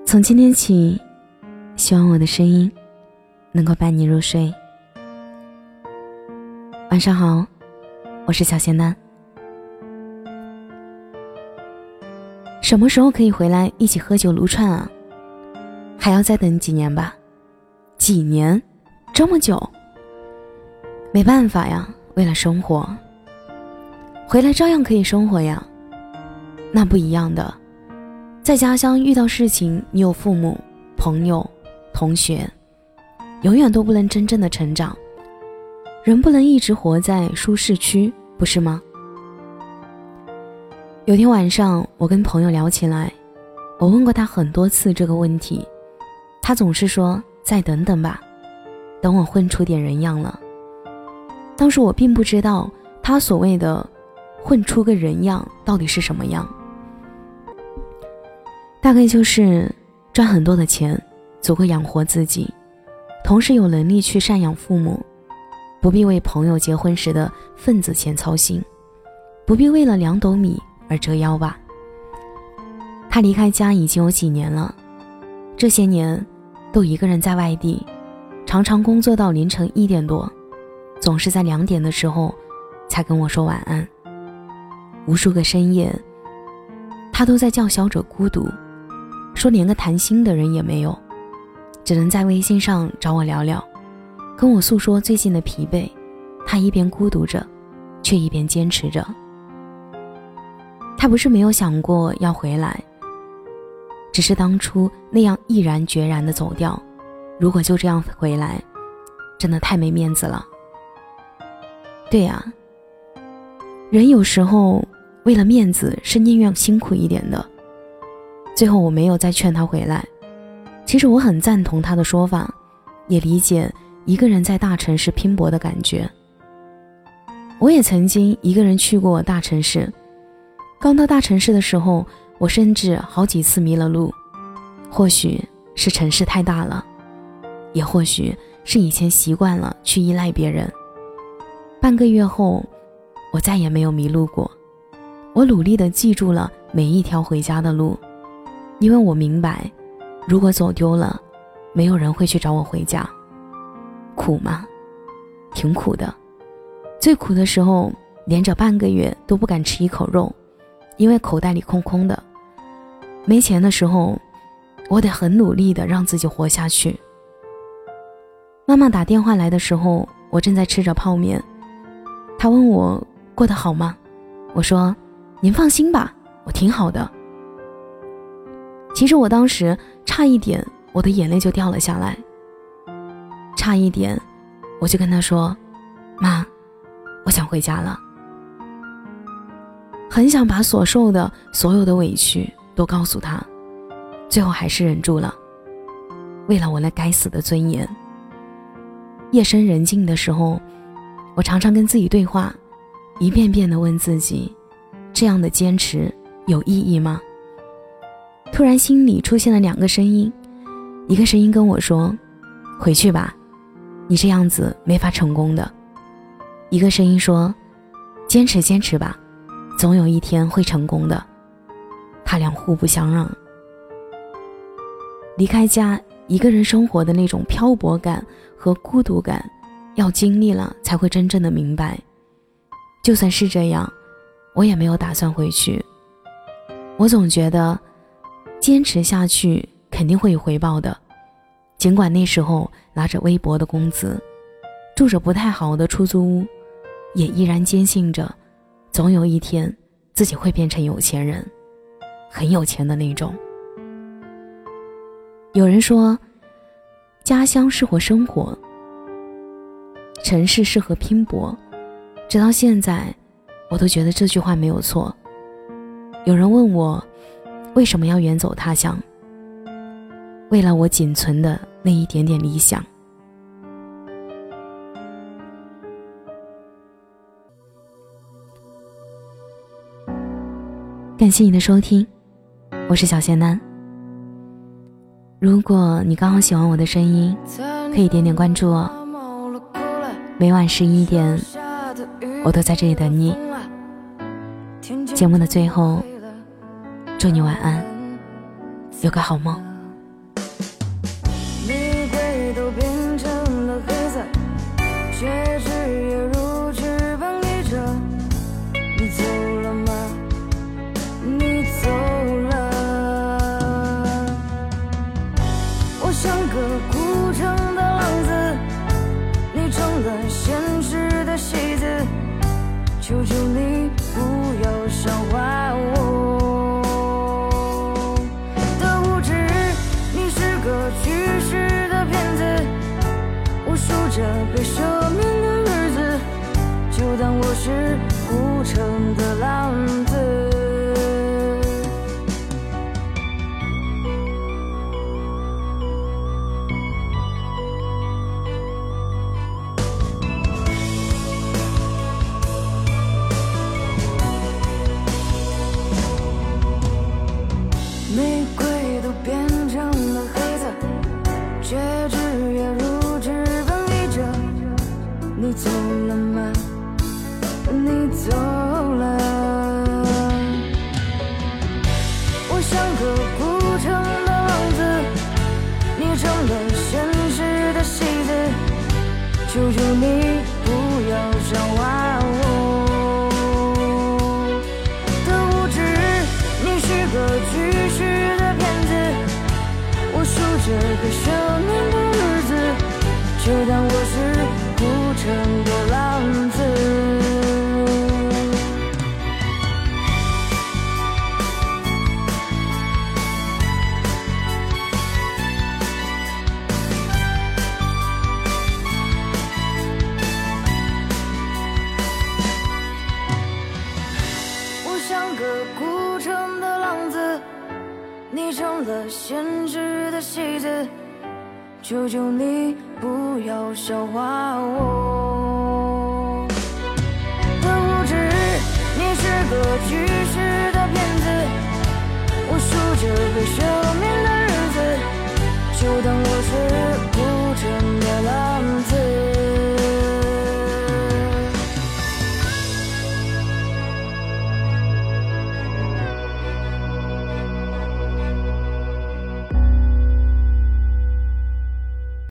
从今天起，希望我的声音能够伴你入睡。晚上好，我是小仙丹。什么时候可以回来一起喝酒撸串啊？还要再等几年吧？几年？这么久？没办法呀，为了生活。回来照样可以生活呀。那不一样的，在家乡遇到事情，你有父母、朋友、同学，永远都不能真正的成长。人不能一直活在舒适区，不是吗？有天晚上，我跟朋友聊起来，我问过他很多次这个问题，他总是说再等等吧，等我混出点人样了。当时我并不知道他所谓的混出个人样到底是什么样，大概就是赚很多的钱，足够养活自己，同时有能力去赡养父母，不必为朋友结婚时的份子钱操心，不必为了2斗米而折腰吧。他离开家已经有几年了，这些年都一个人在外地，常常工作到凌晨1点多，总是在2点的时候才跟我说晚安。无数个深夜，他都在叫嚣着孤独，说连个谈心的人也没有，只能在微信上找我聊聊，跟我诉说最近的疲惫。他一边孤独着，却一边坚持着。他不是没有想过要回来，只是当初那样毅然决然地走掉，如果就这样回来，真的太没面子了。对呀，人有时候为了面子是宁愿辛苦一点的。最后我没有再劝他回来，其实我很赞同他的说法，也理解一个人在大城市拼搏的感觉。我也曾经一个人去过大城市，刚到大城市的时候，我甚至好几次迷了路，或许是城市太大了，也或许是以前习惯了去依赖别人。半个月后，我再也没有迷路过。我努力地记住了每一条回家的路，因为我明白，如果走丢了，没有人会去找我回家。苦吗？挺苦的。最苦的时候，连着半个月都不敢吃一口肉，因为口袋里空空的。没钱的时候，我得很努力地让自己活下去。妈妈打电话来的时候，我正在吃着泡面，她问我过得好吗？我说您放心吧，我挺好的。其实我当时差一点我的眼泪就掉了下来，差一点我就跟她说，妈，我想回家了。很想把所受的所有的委屈都告诉她，最后还是忍住了，为了我那该死的尊严。夜深人静的时候，我常常跟自己对话，一遍遍地问自己，这样的坚持有意义吗？突然心里出现了2个声音，一个声音跟我说，回去吧，你这样子没法成功的。一个声音说，坚持坚持吧，总有一天会成功的。他俩互不相让。离开家一个人生活的那种漂泊感和孤独感，要经历了才会真正的明白。就算是这样，我也没有打算回去。我总觉得坚持下去肯定会有回报的，尽管那时候拿着微薄的工资，住着不太好的出租屋，也依然坚信着总有一天自己会变成有钱人，很有钱的那种。有人说家乡适合生活，城市适合拼搏，直到现在我都觉得这句话没有错。有人问我为什么要远走他乡，为了我仅存的那一点点理想。感谢你的收听，我是小仙丹。如果你刚好喜欢我的声音，可以点点关注哦。每晚11点，我都在这里等你。节目的最后，祝你晚安，有个好梦。 也如纸般依着。你走了吗？你走了。我像个孤城的浪子，你成了现实的戏子。求求你不要笑话我的无知，你是个去世的骗子。我数着被赦免的日子，就当我是孤城的浪子。玫瑰都变成了黑色，戒指也如纸般依着。你走了吗？你走了。我像个孤城的浪子，你成了现实的戏子。求求你不要笑话我的无知，你是个去世的骗子。我数着被赦免的日子，就当我是孤城的浪子。我像个孤城的浪子，你成了现实的戏子。求求你不要笑话我的无知，你是个去世的